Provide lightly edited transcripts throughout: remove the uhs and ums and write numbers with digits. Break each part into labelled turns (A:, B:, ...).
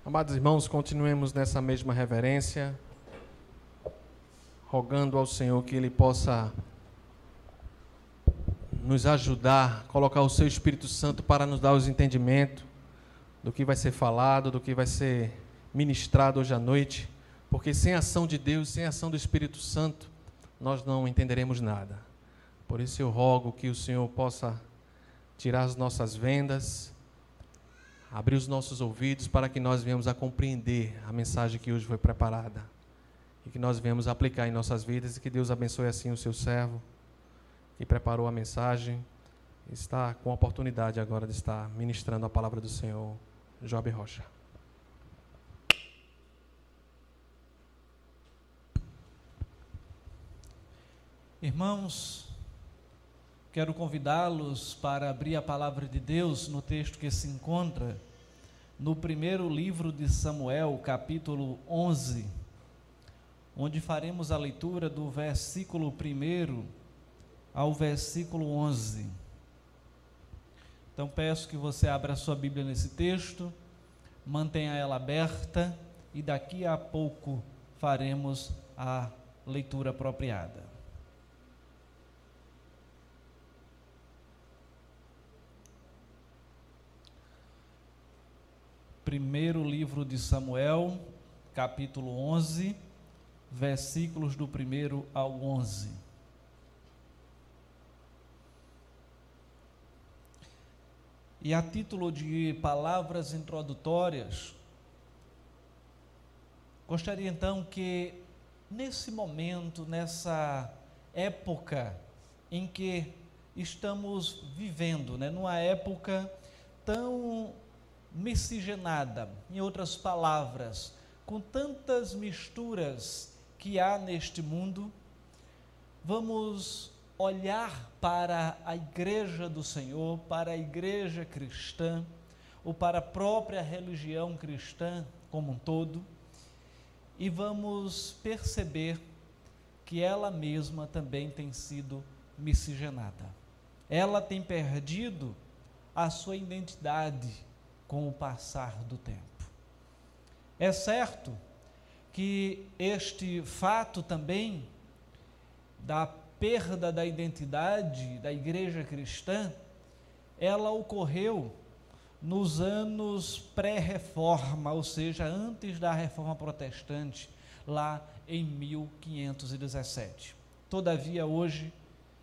A: Amados irmãos, continuemos nessa mesma reverência, rogando ao Senhor que Ele possa nos ajudar, colocar o Seu Espírito Santo para nos dar os entendimentos do que vai ser falado, do que vai ser ministrado hoje à noite, porque sem a ação de Deus, sem a ação do Espírito Santo, nós não entenderemos nada. Por isso eu rogo que o Senhor possa tirar as nossas vendas, abrir os nossos ouvidos para que nós venhamos a compreender a mensagem que hoje foi preparada e que nós venhamos a aplicar em nossas vidas e que Deus abençoe assim o seu servo que preparou a mensagem, está com a oportunidade agora de estar ministrando a palavra do Senhor, Job Rocha.
B: Irmãos, quero convidá-los para abrir a palavra de Deus no texto que se encontra no primeiro livro de Samuel, capítulo 11, onde faremos a leitura do versículo 1 ao versículo 11. Então peço que você abra a sua Bíblia nesse texto, mantenha ela aberta e daqui a pouco faremos a leitura apropriada. Primeiro livro de Samuel, capítulo 11, versículos do 1 ao 11. E a título de palavras introdutórias, gostaria então que nesse momento, nessa época em que estamos vivendo, numa época tão miscigenada, em outras palavras, com tantas misturas que há neste mundo, vamos olhar para a igreja do Senhor, para a igreja cristã, ou para a própria religião cristã como um todo, e vamos perceber que ela mesma também tem sido miscigenada. Ela tem perdido a sua identidade com o passar do tempo. É certo que este fato também da perda da identidade da igreja cristã, ela ocorreu nos anos pré-reforma, ou seja, antes da reforma protestante, lá em 1517. Todavia, hoje,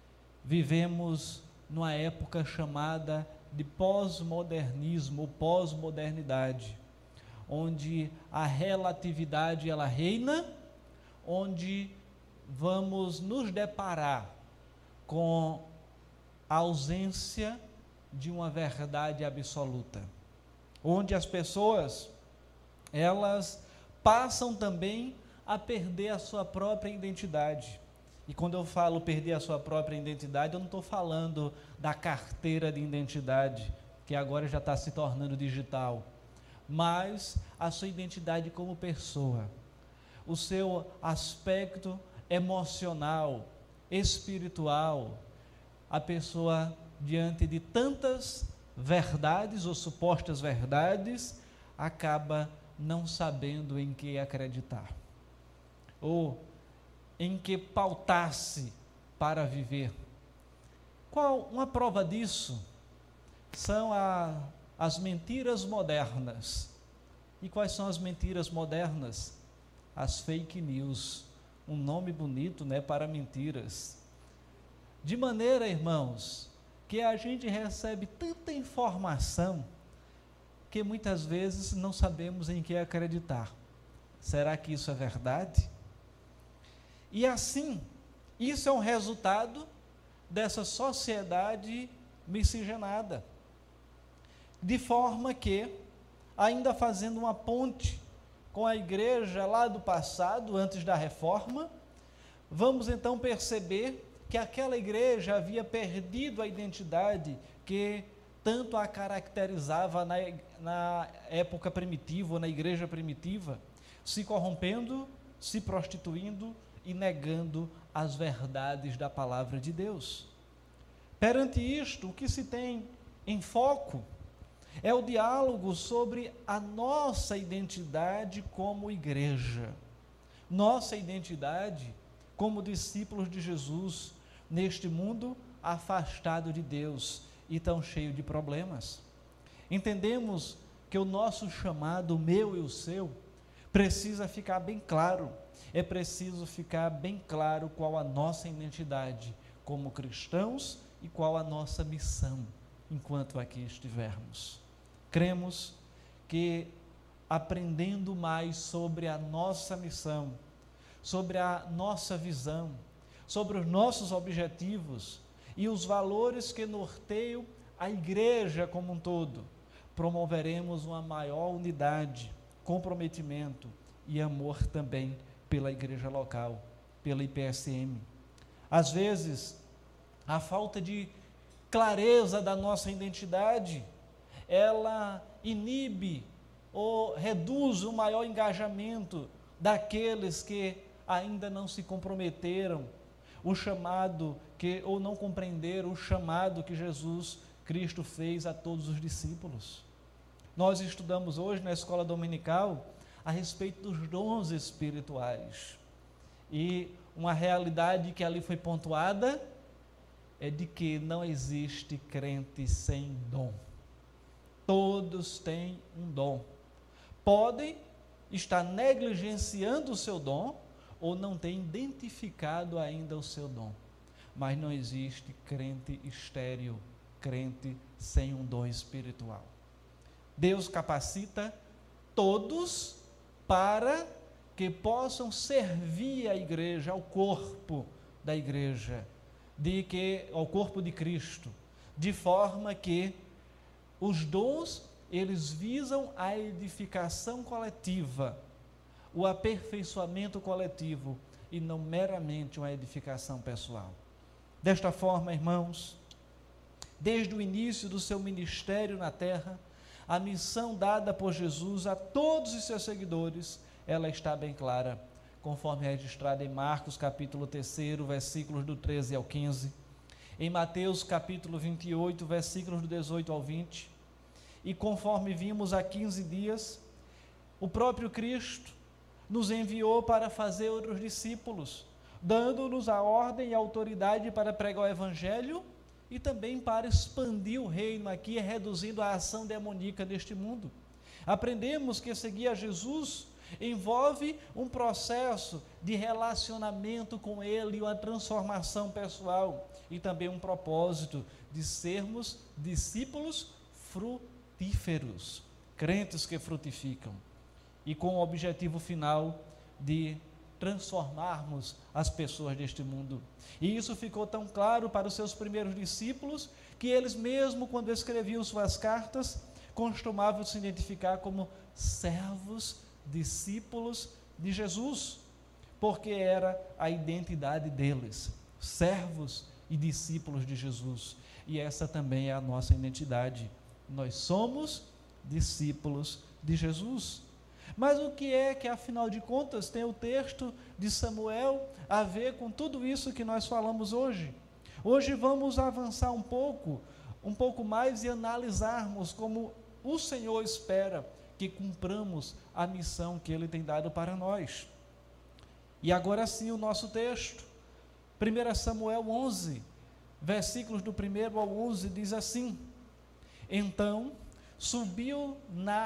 B: vivemos numa época chamada de pós-modernismo, ou pós-modernidade, onde a relatividade ela reina, onde vamos nos deparar com a ausência de uma verdade absoluta, onde as pessoas elas passam também a perder a sua própria identidade. E quando eu falo perder a sua própria identidade, eu não estou falando da carteira de identidade, que agora já está se tornando digital, mas a sua identidade como pessoa, o seu aspecto emocional, espiritual, a pessoa diante de tantas verdades ou supostas verdades, acaba não sabendo em que acreditar, ou em que pautar-se para viver. Qual uma prova disso? São as mentiras modernas. E quais são as mentiras modernas? As fake news, um nome bonito, para mentiras. De maneira, irmãos, que a gente recebe tanta informação que muitas vezes não sabemos em que acreditar. Será que isso é verdade? E assim, isso é um resultado dessa sociedade miscigenada, de forma que, ainda fazendo uma ponte com a igreja lá do passado, antes da reforma, vamos então perceber que aquela igreja havia perdido a identidade que tanto a caracterizava na época primitiva, ou na igreja primitiva, se corrompendo, se prostituindo e negando as verdades da palavra de Deus. Perante isto, o que se tem em foco É o diálogo sobre a nossa identidade como igreja, nossa identidade como discípulos de Jesus neste mundo afastado de Deus e tão cheio de problemas. Entendemos que o nosso chamado, o meu e o seu, precisa ficar bem claro. É preciso ficar bem claro qual a nossa identidade como cristãos e qual a nossa missão enquanto aqui estivermos. Cremos que aprendendo mais sobre a nossa missão, sobre a nossa visão, sobre os nossos objetivos e os valores que norteiam a igreja como um todo, promoveremos uma maior unidade, comprometimento e amor também pela igreja local, pela IPSM. Às vezes, a falta de clareza da nossa identidade, ela inibe ou reduz o maior engajamento daqueles que ainda não se comprometeram, o chamado que, ou não compreenderam o chamado que Jesus Cristo fez a todos os discípulos. Nós estudamos hoje na escola dominical a respeito dos dons espirituais. E uma realidade que ali foi pontuada é de que não existe crente sem dom. Todos têm um dom. Podem estar negligenciando o seu dom ou não têm identificado ainda o seu dom. Mas não existe crente estéril, crente sem um dom espiritual. Deus capacita todos para que possam servir a igreja, ao corpo da igreja, ao corpo de Cristo, de forma que os dons, eles visam a edificação coletiva, o aperfeiçoamento coletivo e não meramente uma edificação pessoal. Desta forma, irmãos, desde o início do seu ministério na terra, a missão dada por Jesus a todos os seus seguidores, ela está bem clara, conforme é registrada em Marcos capítulo 3, versículos do 13 ao 15, em Mateus capítulo 28, versículos do 18 ao 20, e conforme vimos há 15 dias, o próprio Cristo nos enviou para fazer outros discípulos, dando-nos a ordem e a autoridade para pregar o Evangelho e também para expandir o reino aqui, reduzindo a ação demoníaca deste mundo. Aprendemos que seguir a Jesus envolve um processo de relacionamento com Ele, uma transformação pessoal e também um propósito de sermos discípulos frutíferos, crentes que frutificam, e com o objetivo final de transformarmos as pessoas deste mundo. E isso ficou tão claro para os seus primeiros discípulos, que eles mesmo, quando escreviam suas cartas, costumavam se identificar como servos, discípulos de Jesus, porque era a identidade deles, servos e discípulos de Jesus. E essa também é a nossa identidade. Nós somos discípulos de Jesus. Mas o que é que, afinal de contas, tem o texto de Samuel a ver com tudo isso que nós falamos hoje? Hoje vamos avançar um pouco mais e analisarmos como o Senhor espera que cumpramos a missão que Ele tem dado para nós. E agora sim o nosso texto, 1 Samuel 11, versículos do 1 ao 11, diz assim: Então subiu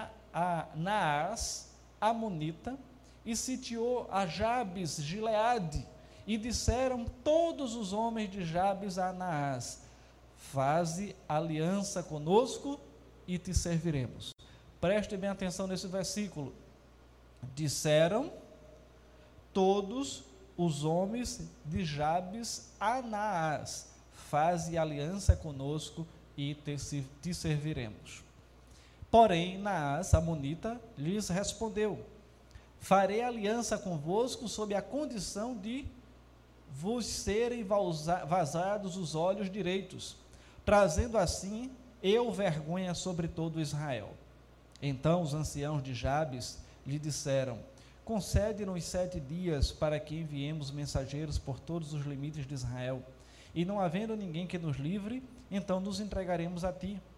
B: Naás, Amonita, e sitiou a Jabes Gileade, e disseram todos os homens de Jabes a Naás: faze aliança conosco e te serviremos. Preste bem atenção nesse versículo. Disseram todos os homens de Jabes a Naás: faze aliança conosco e te serviremos. Porém, Naás, Amonita, lhes respondeu: farei aliança convosco sob a condição de vos serem vazados os olhos direitos, trazendo assim eu vergonha sobre todo Israel. Então os anciãos de Jabes lhe disseram: concede-nos 7 dias para que enviemos mensageiros por todos os limites de Israel, e não havendo ninguém que nos livre, então nos entregaremos a ti.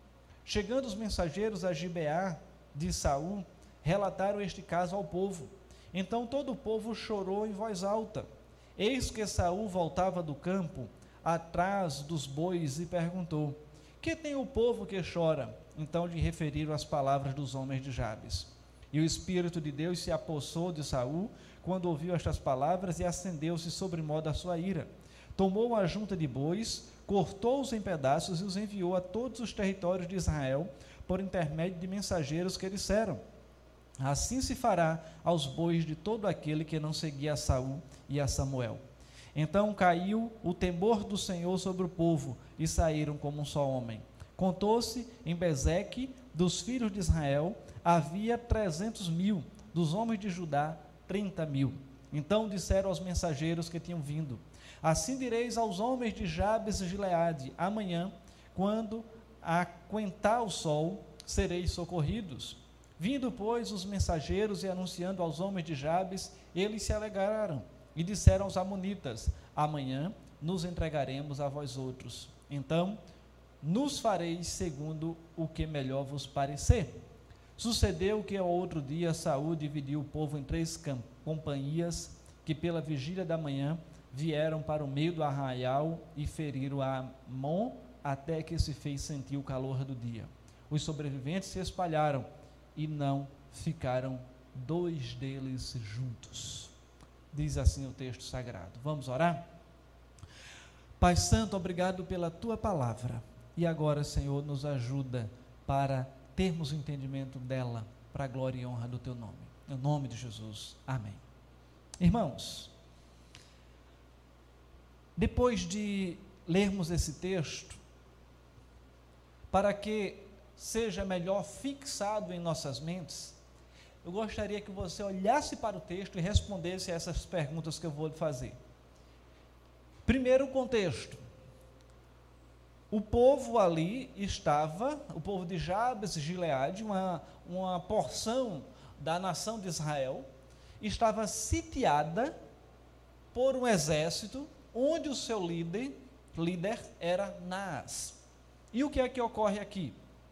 B: Chegando os mensageiros a Gibeá de Saul, relataram este caso ao povo. Então todo o povo chorou em voz alta. Eis que Saul voltava do campo, atrás dos bois, e perguntou: que tem o povo que chora? Então lhe referiram as palavras dos homens de Jabes. E o Espírito de Deus se apossou de Saul, quando ouviu estas palavras, e acendeu-se sobremodo a sua ira. Tomou uma junta de bois, cortou-os em pedaços e os enviou a todos os territórios de Israel, por intermédio de mensageiros que disseram: assim se fará aos bois de todo aquele que não seguia a Saul e a Samuel. Então caiu o temor do Senhor sobre o povo, e saíram como um só homem. Contou-se em Bezeque, dos filhos de Israel, havia 300.000, dos homens de Judá, 30.000. Então disseram aos mensageiros que tinham vindo: assim direis aos homens de Jabes e Gileade: amanhã, quando aquentar o sol, sereis socorridos. Vindo, pois, os mensageiros e anunciando aos homens de Jabes, eles se alegraram e disseram aos amonitas: amanhã nos entregaremos a vós outros. Então nos fareis segundo o que melhor vos parecer. Sucedeu que ao outro dia Saul dividiu o povo em 3 companhias, que pela vigília da manhã vieram para o meio do arraial e feriram a Amon, até que se fez sentir o calor do dia. Os sobreviventes se espalharam e não ficaram 2 deles juntos. Diz assim o texto sagrado. Vamos orar? Pai Santo, obrigado pela Tua palavra. E agora, Senhor, nos ajuda para termos entendimento dela, para a glória e honra do Teu nome. Em nome de Jesus. Amém. Irmãos, depois de lermos esse texto, para que seja melhor fixado em nossas mentes, eu gostaria que você olhasse para o texto e respondesse a essas perguntas que eu vou lhe fazer. Primeiro, o contexto. O povo ali estava, o povo de Jabes e Gileade, uma porção da nação de Israel, estava sitiada por um exército, onde o seu líder era Naás. E o que é que ocorre aqui?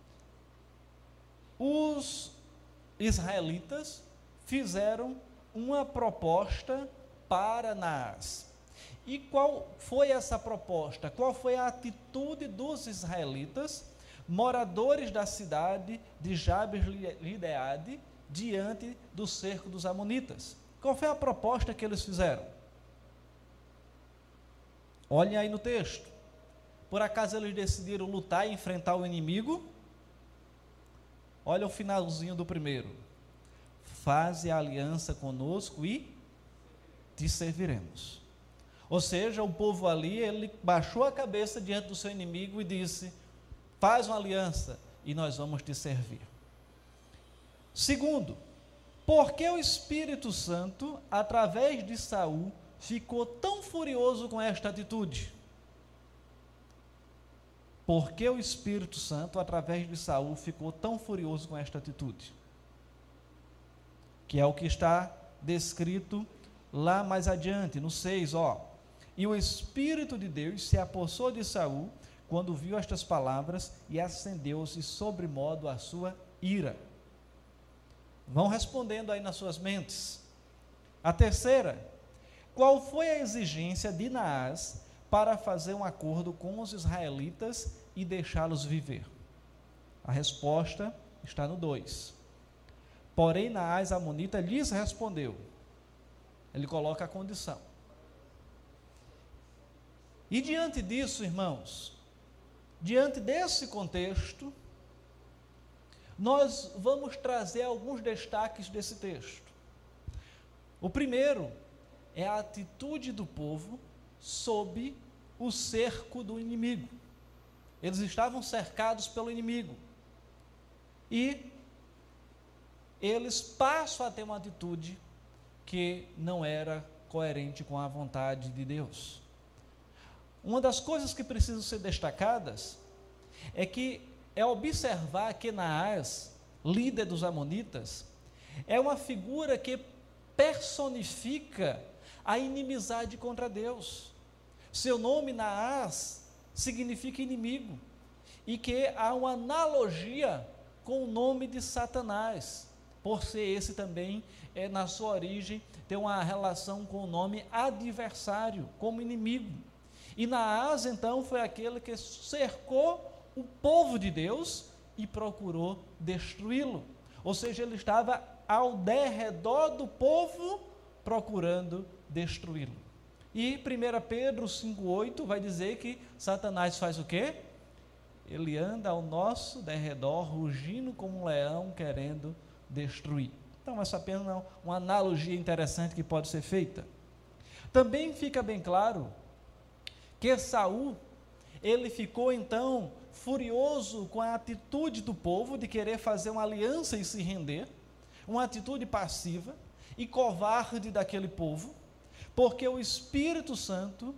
B: Os israelitas fizeram uma proposta para Naás. E qual foi essa proposta? Qual foi a atitude dos israelitas, moradores da cidade de Jabes Gileade, diante do cerco dos amonitas? Qual foi a proposta que eles fizeram? Olhem aí no texto. Por acaso eles decidiram lutar e enfrentar o inimigo? Olha o finalzinho do primeiro. Faze aliança conosco e te serviremos. Ou seja, o povo ali, ele baixou a cabeça diante do seu inimigo e disse: faz uma aliança e nós vamos te servir. Segundo, por que o Espírito Santo, através de Saul, ficou tão furioso com esta atitude? Por que o Espírito Santo, através de Saul, ficou tão furioso com esta atitude? Que é o que está descrito lá mais adiante, no 6, E o Espírito de Deus se apossou de Saul, quando viu estas palavras, e acendeu-se sobremodo a sua ira. Vão respondendo aí nas suas mentes. A terceira: qual foi a exigência de Naás para fazer um acordo com os israelitas e deixá-los viver? A resposta está no 2. Porém, Naás amonita lhes respondeu. Ele coloca a condição. E diante disso, irmãos, diante desse contexto, nós vamos trazer alguns destaques desse texto. O primeiro é a atitude do povo sob o cerco do inimigo. Eles estavam cercados pelo inimigo. E eles passam a ter uma atitude que não era coerente com a vontade de Deus. Uma das coisas que precisam ser destacadas é observar que Naás, líder dos amonitas, é uma figura que personifica a inimizade contra Deus. Seu nome, Naás, significa inimigo. e que há uma analogia com o nome de Satanás, por ser esse também, na sua origem, tem uma relação com o nome adversário, como inimigo. E Naás, então, foi aquele que cercou o povo de Deus e procurou destruí-lo. Ou seja, ele estava ao derredor do povo procurando destruí-lo. E 1 Pedro 5,8 vai dizer que Satanás faz o quê? Ele anda ao nosso derredor, rugindo como um leão, querendo destruir. Então, essa apenas é uma analogia interessante que pode ser feita. Também fica bem claro que Saul, ele ficou então furioso com a atitude do povo de querer fazer uma aliança e se render, uma atitude passiva e covarde daquele povo, porque o Espírito Santo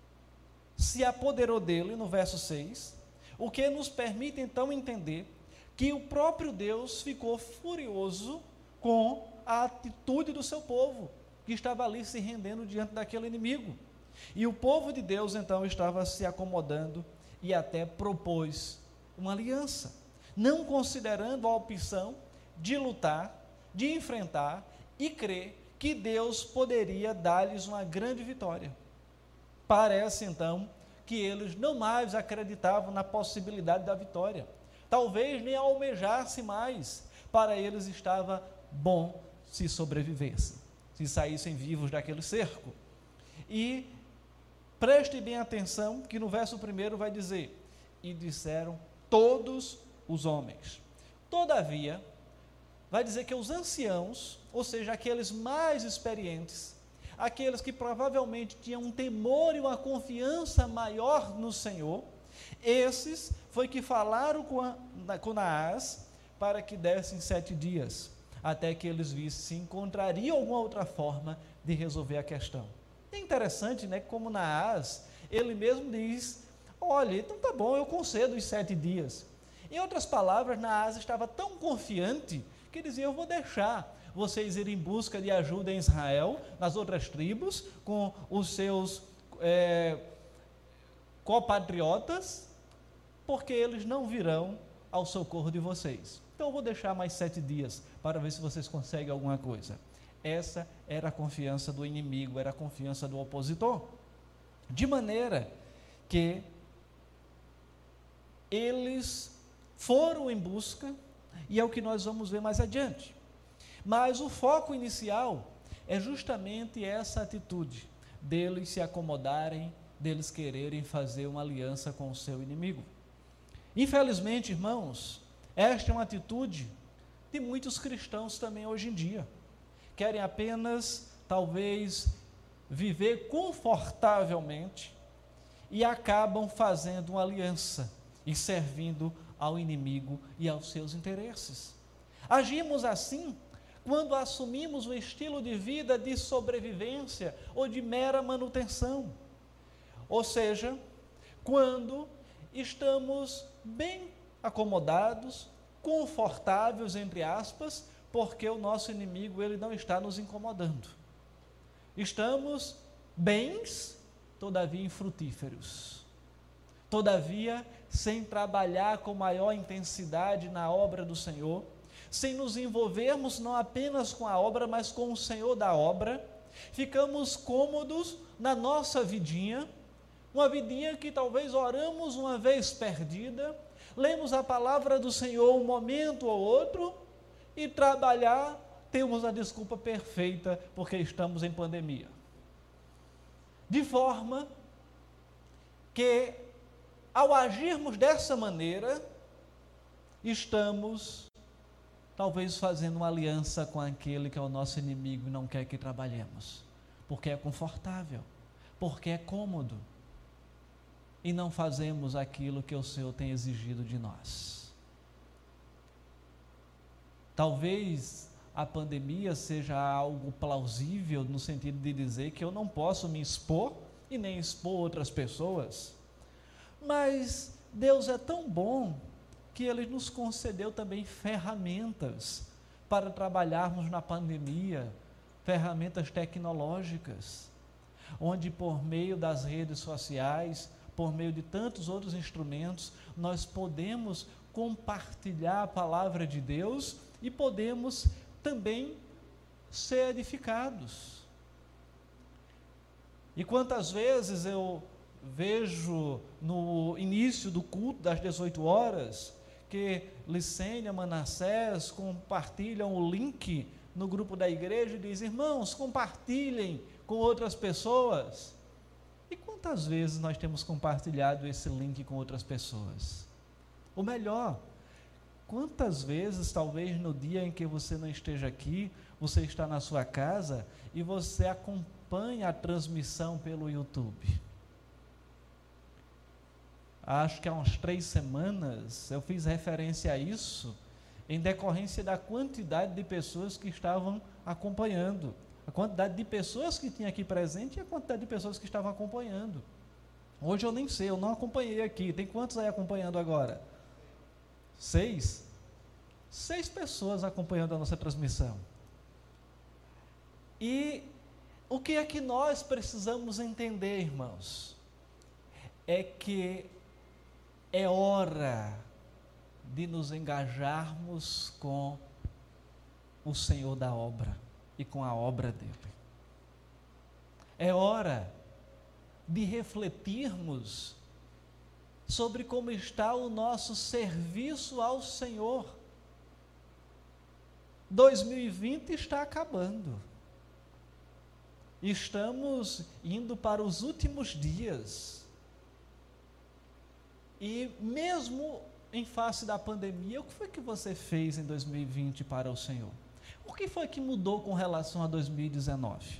B: se apoderou dele, no verso 6, o que nos permite então entender que o próprio Deus ficou furioso com a atitude do seu povo, que estava ali se rendendo diante daquele inimigo. E o povo de Deus então estava se acomodando e até propôs uma aliança, não considerando a opção de lutar, de enfrentar e crer que Deus poderia dar-lhes uma grande vitória. Parece então que eles não mais acreditavam na possibilidade da vitória, talvez nem almejasse mais. Para eles estava bom se sobrevivessem, se saíssem vivos daquele cerco. E preste bem atenção que no verso 1 vai dizer: e disseram todos os homens. Todavia, vai dizer que os anciãos, ou seja, aqueles mais experientes, aqueles que provavelmente tinham um temor e uma confiança maior no Senhor, esses foi que falaram com Naás para que dessem 7 dias, até que eles vissem se encontraria alguma outra forma de resolver a questão. É interessante, né, como Naás, ele mesmo diz: olha, então tá bom, eu concedo os 7 dias. Em outras palavras, Naás estava tão confiante que dizia: eu vou deixar vocês irem em busca de ajuda em Israel, nas outras tribos, com os seus compatriotas, porque eles não virão ao socorro de vocês. Então eu vou deixar mais 7 dias para ver se vocês conseguem alguma coisa. Essa era a confiança do inimigo, era a confiança do opositor. De maneira que eles foram em busca, e é o que nós vamos ver mais adiante. Mas o foco inicial é justamente essa atitude deles se acomodarem, deles quererem fazer uma aliança com o seu inimigo. Infelizmente, irmãos, esta é uma atitude de muitos cristãos também hoje em dia. Querem apenas, talvez, viver confortavelmente e acabam fazendo uma aliança e servindo ao inimigo e aos seus interesses. Agimos assim quando assumimos o estilo de vida de sobrevivência ou de mera manutenção. Ou seja, quando estamos bem acomodados, confortáveis, entre aspas, porque o nosso inimigo ele não está nos incomodando. Estamos bens, todavia infrutíferos. Todavia, sem trabalhar com maior intensidade na obra do Senhor, sem nos envolvermos não apenas com a obra, mas com o Senhor da obra, ficamos cômodos na nossa vidinha, uma vidinha que talvez oramos uma vez perdida, lemos a palavra do Senhor um momento ou outro, e trabalhar, temos a desculpa perfeita, porque estamos em pandemia. De forma que, ao agirmos dessa maneira, estamos talvez fazendo uma aliança com aquele que é o nosso inimigo e não quer que trabalhemos, porque é confortável, porque é cômodo, e não fazemos aquilo que o Senhor tem exigido de nós. Talvez a pandemia seja algo plausível no sentido de dizer que eu não posso me expor e nem expor outras pessoas, mas Deus é tão bom que Ele nos concedeu também ferramentas para trabalharmos na pandemia, ferramentas tecnológicas, onde por meio das redes sociais, por meio de tantos outros instrumentos, nós podemos compartilhar a palavra de Deus e podemos também ser edificados. E quantas vezes eu vejo no início do culto das 18 horas, que Licênia, Manassés compartilham o link no grupo da igreja e dizem: irmãos, compartilhem com outras pessoas. E quantas vezes nós temos compartilhado esse link com outras pessoas? Ou melhor, quantas vezes, talvez no dia em que você não esteja aqui, você está na sua casa e você acompanha a transmissão pelo YouTube? Acho que há umas 3 semanas eu fiz referência a isso, em decorrência da quantidade de pessoas que estavam acompanhando, a quantidade de pessoas que tinha aqui presente e a quantidade de pessoas que estavam acompanhando. Hoje eu nem sei, eu não acompanhei aqui. Tem quantos aí acompanhando agora? 6? 6 pessoas acompanhando a nossa transmissão. E o que é que nós precisamos entender, irmãos? É que é hora de nos engajarmos com o Senhor da obra e com a obra dele. É hora de refletirmos sobre como está o nosso serviço ao Senhor. 2020 está acabando. Estamos indo para os últimos dias. E mesmo em face da pandemia, o que foi que você fez em 2020 para o Senhor? O que foi que mudou com relação a 2019?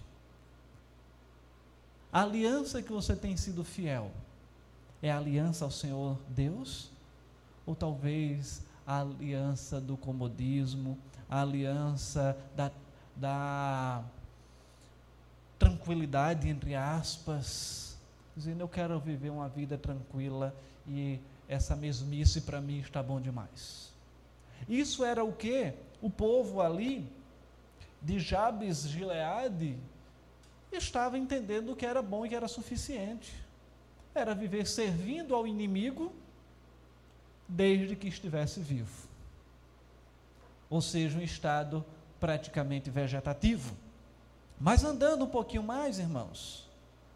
B: A aliança que você tem sido fiel é a aliança ao Senhor Deus? Ou talvez a aliança do comodismo, a aliança da tranquilidade, entre aspas, dizendo: eu quero viver uma vida tranquila e essa mesmice para mim está bom demais. Isso era o que o povo ali de Jabes Gileade estava entendendo que era bom e que era suficiente. Era viver servindo ao inimigo desde que estivesse vivo. Ou seja, um estado praticamente vegetativo. Mas andando um pouquinho mais, irmãos,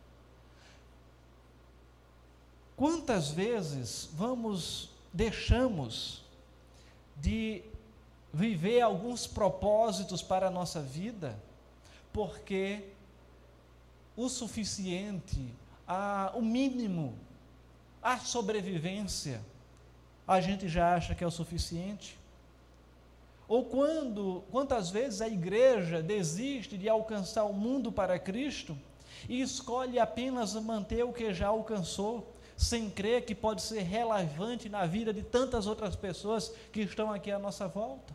B: quantas vezes deixamos de viver alguns propósitos para a nossa vida, porque o suficiente, o mínimo, a sobrevivência, a gente já acha que é o suficiente? Ou quantas vezes a igreja desiste de alcançar o mundo para Cristo e escolhe apenas manter o que já alcançou, sem crer que pode ser relevante na vida de tantas outras pessoas que estão aqui à nossa volta?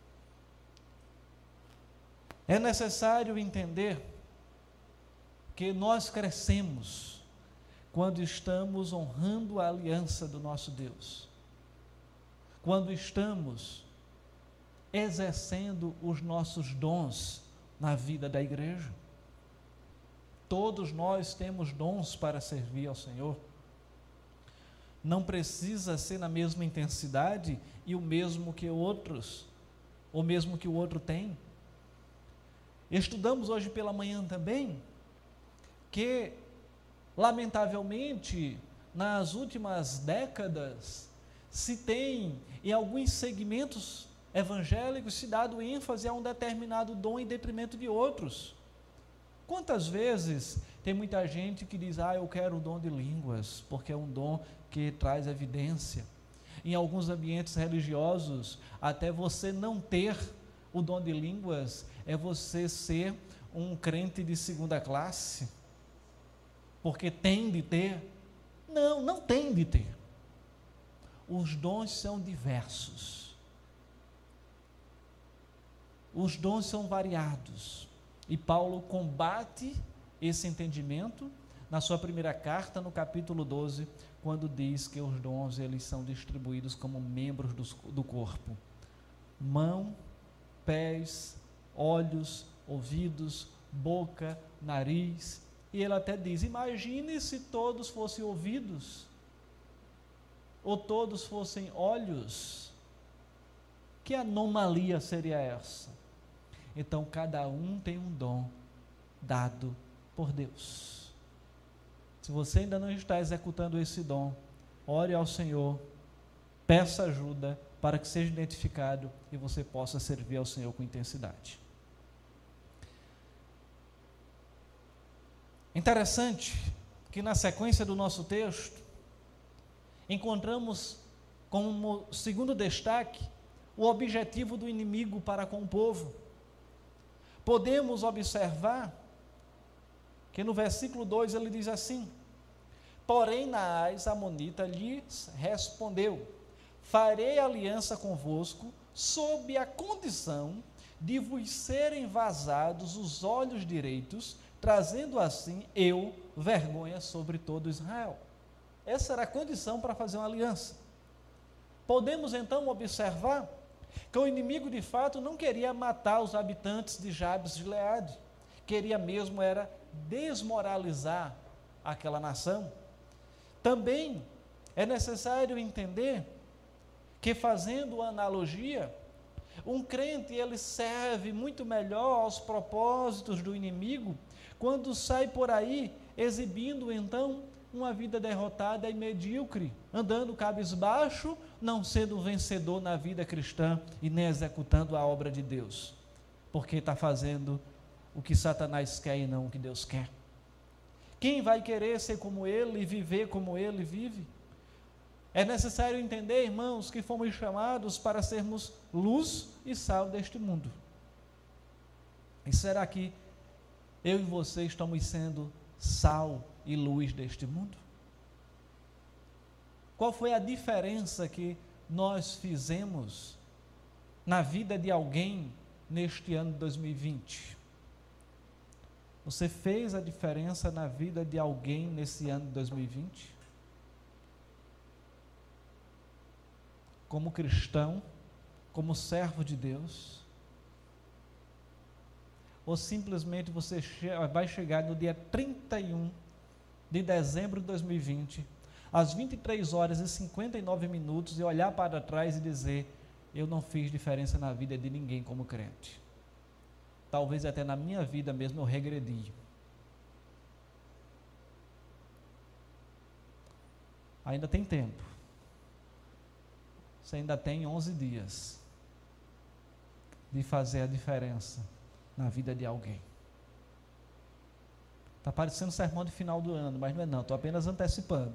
B: É necessário entender que nós crescemos quando estamos honrando a aliança do nosso Deus, quando estamos exercendo os nossos dons na vida da igreja. Todos nós temos dons para servir ao Senhor. Não precisa ser na mesma intensidade e o mesmo que outros, ou mesmo que o outro tem. Estudamos hoje pela manhã também que, lamentavelmente, nas últimas décadas, se tem, em alguns segmentos evangélicos, se dado ênfase a um determinado dom em detrimento de outros. Quantas vezes tem muita gente que diz: eu quero o dom de línguas, porque é um dom que traz evidência. Em alguns ambientes religiosos, até você não ter o dom de línguas é você ser um crente de segunda classe, porque tem de ter. Não, não tem de ter. Os dons são diversos. Os dons são variados. E Paulo combate esse entendimento na sua primeira carta, no capítulo 12, quando diz que os dons eles são distribuídos como membros do corpo. Mão, pés, olhos, ouvidos, boca, nariz, E ele até diz: imagine se todos fossem ouvidos, ou todos fossem olhos, que anomalia seria essa? Então cada um tem um dom dado por Deus. Se você ainda não está executando esse dom, ore ao Senhor, peça ajuda para que seja identificado e você possa servir ao Senhor com intensidade. Interessante que na sequência do nosso texto, encontramos como segundo destaque o objetivo do inimigo para com o povo. Podemos observar que no versículo 2 ele diz assim: porém Naás amonita lhes respondeu: farei aliança convosco sob a condição de vos serem vazados os olhos direitos, trazendo assim eu vergonha sobre todo Israel. Essa era a condição para fazer uma aliança. Podemos então observar que o inimigo de fato não queria matar os habitantes de Jabes de Gileade, queria mesmo era desmoralizar aquela nação. Também é necessário entender que, fazendo uma analogia, um crente ele serve muito melhor aos propósitos do inimigo quando sai por aí exibindo então uma vida derrotada e medíocre, andando cabisbaixo, não sendo vencedor na vida cristã e nem executando a obra de Deus, porque está fazendo o que Satanás quer e não o que Deus quer. Quem vai querer ser como ele e viver como ele vive? É necessário entender, irmãos, que fomos chamados para sermos luz e sal deste mundo. E será que eu e você estamos sendo sal e luz deste mundo? Qual foi a diferença que nós fizemos na vida de alguém neste ano de 2020? Você fez a diferença na vida de alguém nesse ano de 2020? Como cristão, como servo de Deus? Ou simplesmente você vai chegar no dia 31 de dezembro de 2020, às 23 horas e 59 minutos, e olhar para trás e dizer: eu não fiz diferença na vida de ninguém como crente. Talvez até na minha vida mesmo eu regredi. Ainda tem tempo. Você ainda tem 11 dias de fazer a diferença na vida de alguém. Está parecendo sermão de final do ano, mas não é não, estou apenas antecipando.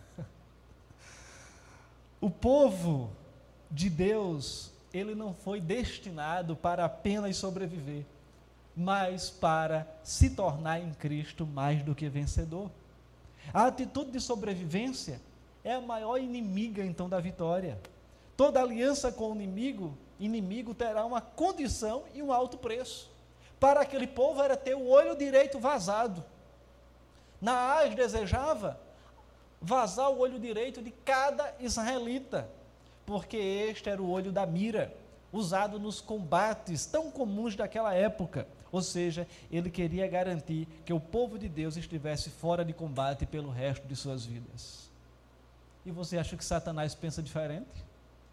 B: O povo de Deus, ele não foi destinado para apenas sobreviver, mas para se tornar em Cristo mais do que vencedor. A atitude de sobrevivência é a maior inimiga então da vitória. Toda aliança com o inimigo terá uma condição e um alto preço. Para aquele povo era ter o olho direito vazado. Naás desejava vazar o olho direito de cada israelita, porque este era o olho da mira, usado nos combates tão comuns daquela época. Ou seja, ele queria garantir que o povo de Deus estivesse fora de combate pelo resto de suas vidas. E você acha que Satanás pensa diferente?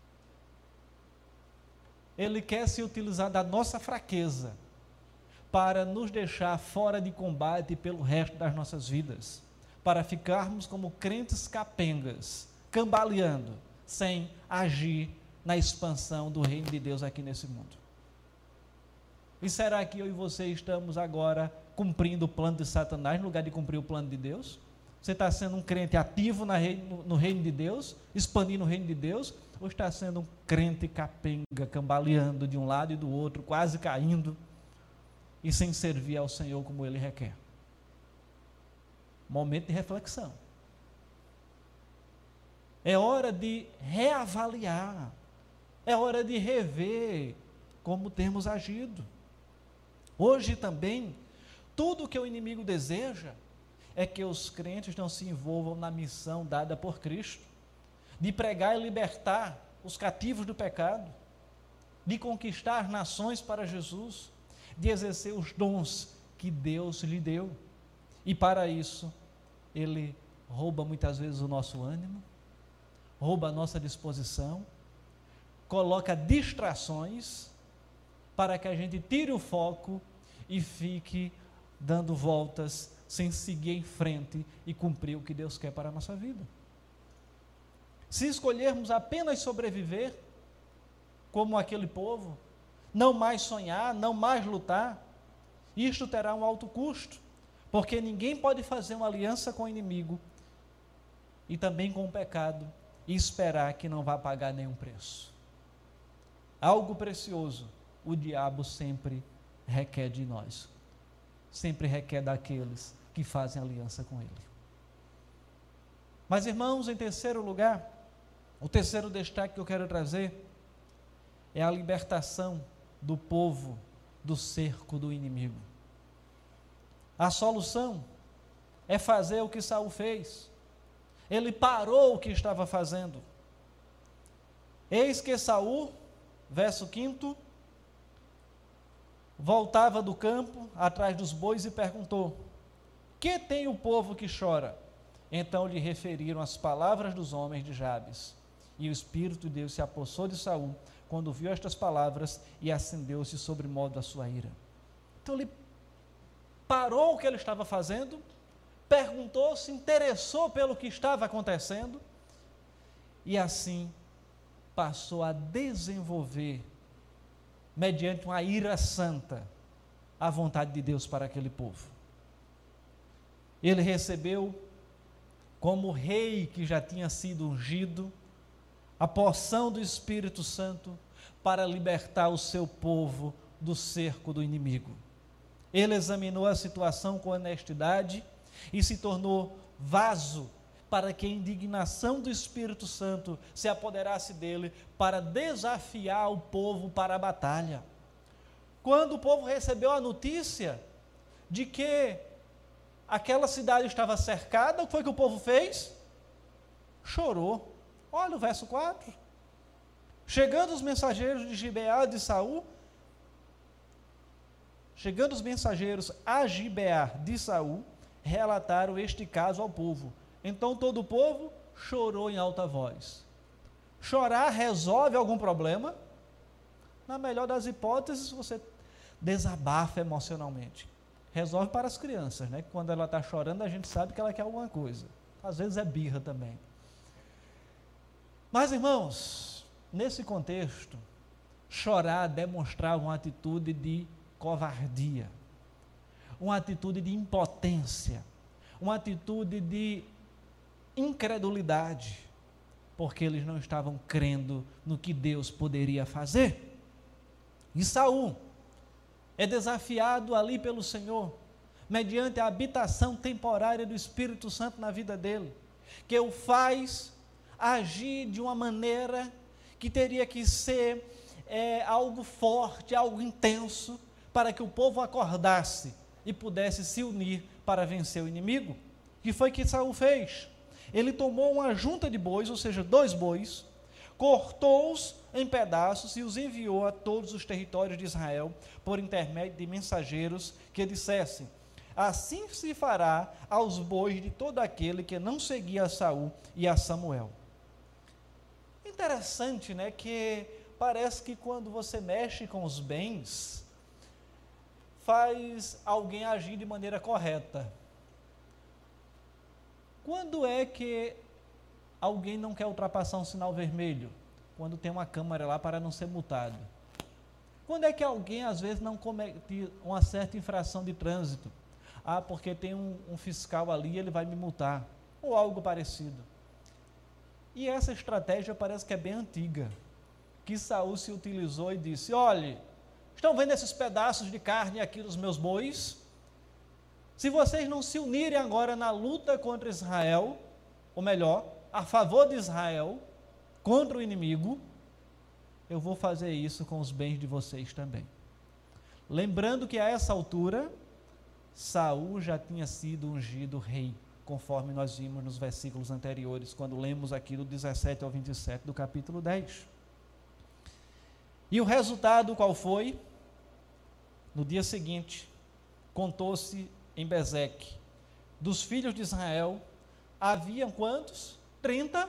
B: Ele quer se utilizar da nossa fraqueza para nos deixar fora de combate pelo resto das nossas vidas, para ficarmos como crentes capengas, cambaleando, sem agir na expansão do reino de Deus aqui nesse mundo. E será que eu e você estamos agora cumprindo o plano de Satanás no lugar de cumprir o plano de Deus? Você está sendo um crente ativo no reino de Deus, expandindo o reino de Deus, ou está sendo um crente capenga, cambaleando de um lado e do outro, quase caindo, e sem servir ao Senhor como Ele requer? Momento de reflexão. É hora de reavaliar, é hora de rever como temos agido. Hoje também, tudo que o inimigo deseja é que os crentes não se envolvam na missão dada por Cristo, de pregar e libertar os cativos do pecado, de conquistar nações para Jesus, de exercer os dons que Deus lhe deu. E para isso, ele rouba muitas vezes o nosso ânimo, rouba a nossa disposição, coloca distrações para que a gente tire o foco e fique dando voltas sem seguir em frente e cumprir o que Deus quer para a nossa vida. Se escolhermos apenas sobreviver, como aquele povo, não mais sonhar, não mais lutar, isto terá um alto custo, porque ninguém pode fazer uma aliança com o inimigo e também com o pecado e esperar que não vá pagar nenhum preço. Algo precioso o diabo sempre requer de nós, sempre requer daqueles que fazem aliança com ele. Mas, irmãos, em terceiro lugar, o terceiro destaque que eu quero trazer é a libertação do povo do cerco do inimigo. A solução é fazer o que Saul fez. Ele parou o que estava fazendo. Eis que Saul, verso 5, voltava do campo atrás dos bois e perguntou: que tem o povo que chora? Então lhe referiram as palavras dos homens de Jabes. E o Espírito de Deus se apossou de Saul quando viu estas palavras e acendeu-se sobre modo a sua ira. Então ele parou o que ele estava fazendo, perguntou, se interessou pelo que estava acontecendo e assim passou a desenvolver, mediante uma ira santa, a vontade de Deus para aquele povo. Ele recebeu, como rei que já tinha sido ungido, a porção do Espírito Santo para libertar o seu povo do cerco do inimigo. Ele examinou a situação com honestidade e se tornou vaso para que a indignação do Espírito Santo se apoderasse dele para desafiar o povo para a batalha. Quando o povo recebeu a notícia de que aquela cidade estava cercada, o que foi que o povo fez? Chorou. Olha o verso 4. Chegando os mensageiros de Gibeá de Saul, chegando os mensageiros a Gibeá de Saul, relataram este caso ao povo. Então todo o povo chorou em alta voz. Chorar resolve algum problema? Na melhor das hipóteses, você desabafa emocionalmente. Resolve para as crianças, né? Quando ela está chorando, a gente sabe que ela quer alguma coisa. Às vezes é birra também. Mas, irmãos, nesse contexto, chorar demonstrava uma atitude de covardia, uma atitude de impotência, uma atitude de incredulidade, porque eles não estavam crendo no que Deus poderia fazer. E Saul é desafiado ali pelo Senhor, mediante a habitação temporária do Espírito Santo na vida dele, que o faz agir de uma maneira que teria que ser algo forte, algo intenso, para que o povo acordasse e pudesse se unir para vencer o inimigo. O que foi que Saul fez? Ele tomou uma junta de bois, ou seja, 2 bois, cortou-os em pedaços e os enviou a todos os territórios de Israel, por intermédio de mensageiros que dissessem: assim se fará aos bois de todo aquele que não seguia a Saul e a Samuel. Interessante, né, que parece que quando você mexe com os bens, faz alguém agir de maneira correta. Quando é que alguém não quer ultrapassar um sinal vermelho? Quando tem uma câmera lá para não ser multado. Quando é que alguém às vezes não comete uma certa infração de trânsito? Ah, porque tem um fiscal ali, ele vai me multar, ou algo parecido. E essa estratégia parece que é bem antiga, que Saul se utilizou e disse: olhe, estão vendo esses pedaços de carne aqui dos meus bois? Se vocês não se unirem agora na luta contra Israel, ou melhor, a favor de Israel, contra o inimigo, eu vou fazer isso com os bens de vocês também. Lembrando que a essa altura, Saul já tinha sido ungido rei, conforme nós vimos nos versículos anteriores, quando lemos aqui do 17 ao 27 do capítulo 10. E o resultado qual foi? No dia seguinte, contou-se em Bezeque dos filhos de Israel, haviam quantos? 30?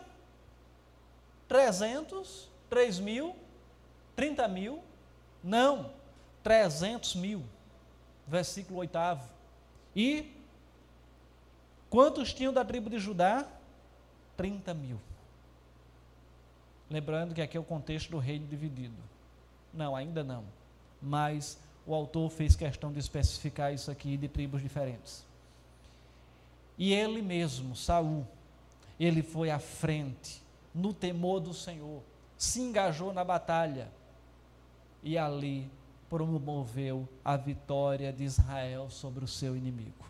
B: 300? 3 mil? 30 mil? Não, 300 mil. Versículo 8. E quantos tinham da tribo de Judá? 30 mil. Lembrando que aqui é o contexto do reino dividido. Não, ainda não. Mas o autor fez questão de especificar isso aqui de tribos diferentes. E ele mesmo, Saul, ele foi à frente, no temor do Senhor, se engajou na batalha e ali promoveu a vitória de Israel sobre o seu inimigo.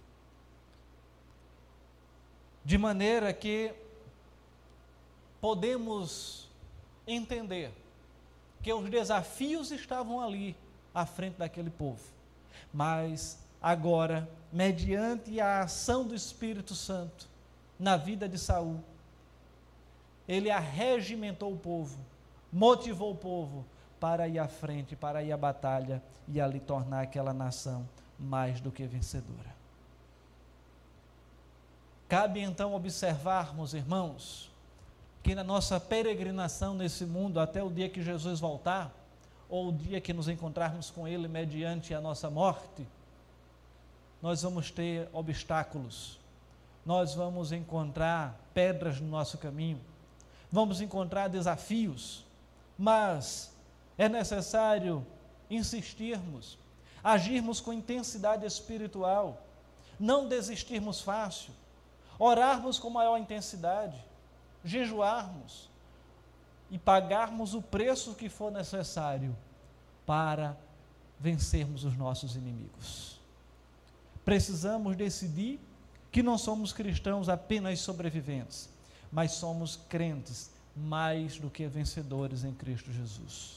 B: De maneira que podemos entender que os desafios estavam ali à frente daquele povo, mas agora, mediante a ação do Espírito Santo na vida de Saul, ele arregimentou o povo, motivou o povo para ir à frente, para ir à batalha e ali tornar aquela nação mais do que vencedora. Cabe então observarmos, irmãos, que na nossa peregrinação nesse mundo, até o dia que Jesus voltar, ou o dia que nos encontrarmos com Ele mediante a nossa morte, nós vamos ter obstáculos, nós vamos encontrar pedras no nosso caminho, vamos encontrar desafios, mas é necessário insistirmos, agirmos com intensidade espiritual, não desistirmos fácil, orarmos com maior intensidade, jejuarmos e pagarmos o preço que for necessário para vencermos os nossos inimigos. Precisamos decidir que não somos cristãos apenas sobreviventes, mas somos crentes mais do que vencedores em Cristo Jesus.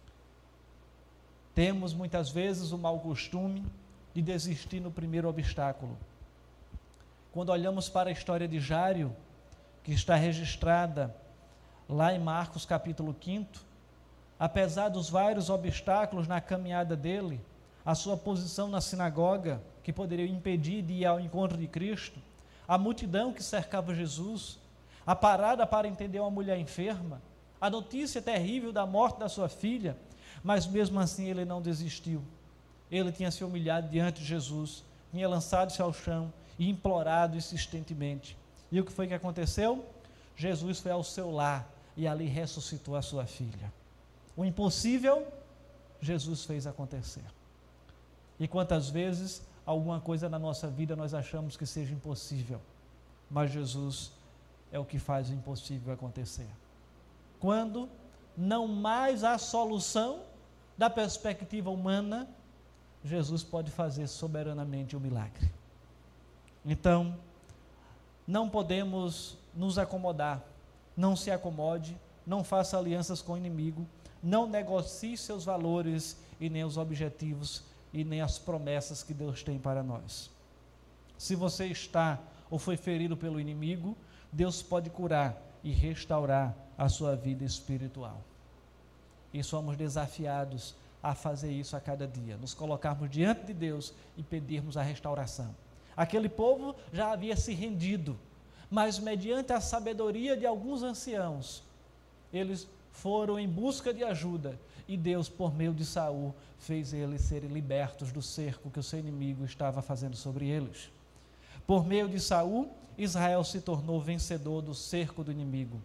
B: Temos muitas vezes o mau costume de desistir no primeiro obstáculo. Quando olhamos para a história de Jário, que está registrada lá em Marcos capítulo 5, apesar dos vários obstáculos na caminhada dele, a sua posição na sinagoga, que poderia impedir de ir ao encontro de Cristo, a multidão que cercava Jesus, a parada para entender uma mulher enferma, a notícia terrível da morte da sua filha, mas mesmo assim ele não desistiu. Ele tinha se humilhado diante de Jesus, tinha lançado-se ao chão e implorado insistentemente. E o que foi que aconteceu? Jesus foi ao seu lar e ali ressuscitou a sua filha. O impossível, Jesus fez acontecer. E quantas vezes alguma coisa na nossa vida nós achamos que seja impossível, mas Jesus é o que faz o impossível acontecer. Quando não mais há solução da perspectiva humana, Jesus pode fazer soberanamente o milagre. Então, não podemos nos acomodar, não se acomode, não faça alianças com o inimigo, não negocie seus valores e nem os objetivos e nem as promessas que Deus tem para nós. Se você está ou foi ferido pelo inimigo, Deus pode curar e restaurar a sua vida espiritual. E somos desafiados a fazer isso a cada dia, nos colocarmos diante de Deus e pedirmos a restauração. Aquele povo já havia se rendido, mas mediante a sabedoria de alguns anciãos, eles foram em busca de ajuda e Deus, por meio de Saul, fez eles serem libertos do cerco que o seu inimigo estava fazendo sobre eles. Por meio de Saul, Israel se tornou vencedor do cerco do inimigo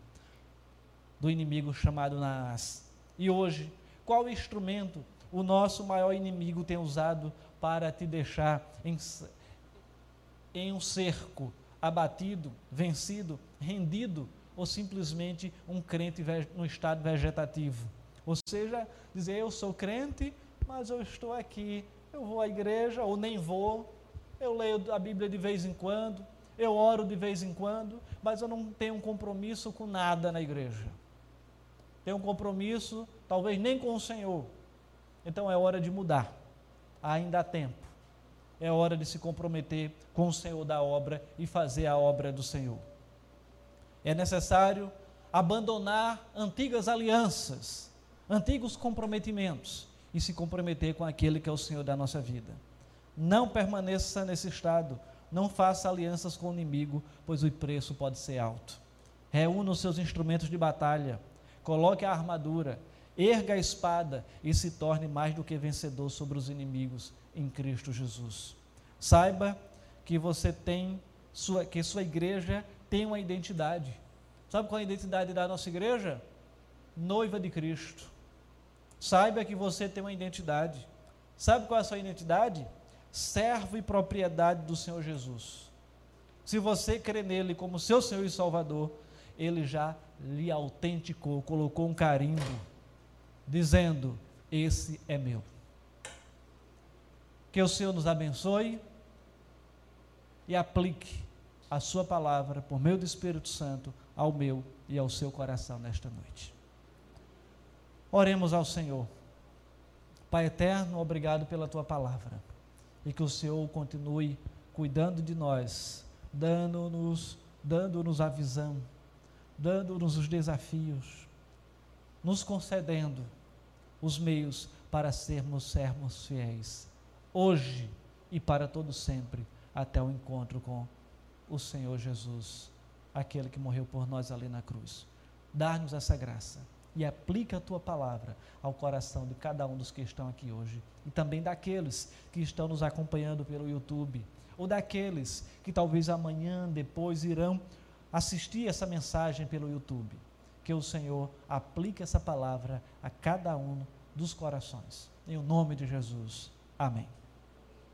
B: chamado Naás. E hoje, qual instrumento o nosso maior inimigo tem usado para te deixar em um cerco, abatido, vencido, rendido, ou simplesmente um crente no estado vegetativo? Ou seja, dizer, eu sou crente, mas eu estou aqui, eu vou à igreja, ou nem vou, eu leio a Bíblia de vez em quando, eu oro de vez em quando, mas eu não tenho um compromisso com nada na igreja. Tenho um compromisso, talvez nem com o Senhor. Então é hora de mudar, ainda há tempo. É hora de se comprometer com o Senhor da obra e fazer a obra do Senhor. É necessário abandonar antigas alianças, antigos comprometimentos e se comprometer com aquele que é o Senhor da nossa vida. Não permaneça nesse estado, Não faça alianças com o inimigo, pois o preço pode ser alto. Reúna os seus instrumentos de batalha, coloque a armadura, erga a espada e se torne mais do que vencedor sobre os inimigos em Cristo Jesus. Saiba que que sua igreja tem uma identidade. Sabe qual é a identidade da nossa igreja? Noiva de Cristo. Saiba que você tem uma identidade. Sabe qual é a sua identidade? Servo e propriedade do Senhor Jesus. Se você crê nele como seu Senhor e Salvador, ele já lhe autenticou, colocou um carimbo, dizendo: esse é meu. Que o Senhor nos abençoe e aplique a sua palavra por meio do Espírito Santo ao meu e ao seu coração nesta noite. Oremos ao Senhor. Pai eterno, obrigado pela tua palavra, e que o Senhor continue cuidando de nós, dando-nos a visão, dando-nos os desafios, nos concedendo os meios para sermos servos fiéis, hoje e para todo sempre, até o encontro com o Senhor Jesus, aquele que morreu por nós ali na cruz. Dá-nos essa graça e aplica a tua palavra ao coração de cada um dos que estão aqui hoje, e também daqueles que estão nos acompanhando pelo YouTube, ou daqueles que talvez amanhã, depois, irão assistir essa mensagem pelo YouTube. Que o Senhor aplique essa palavra a cada um dos corações. Em o nome de Jesus. Amém.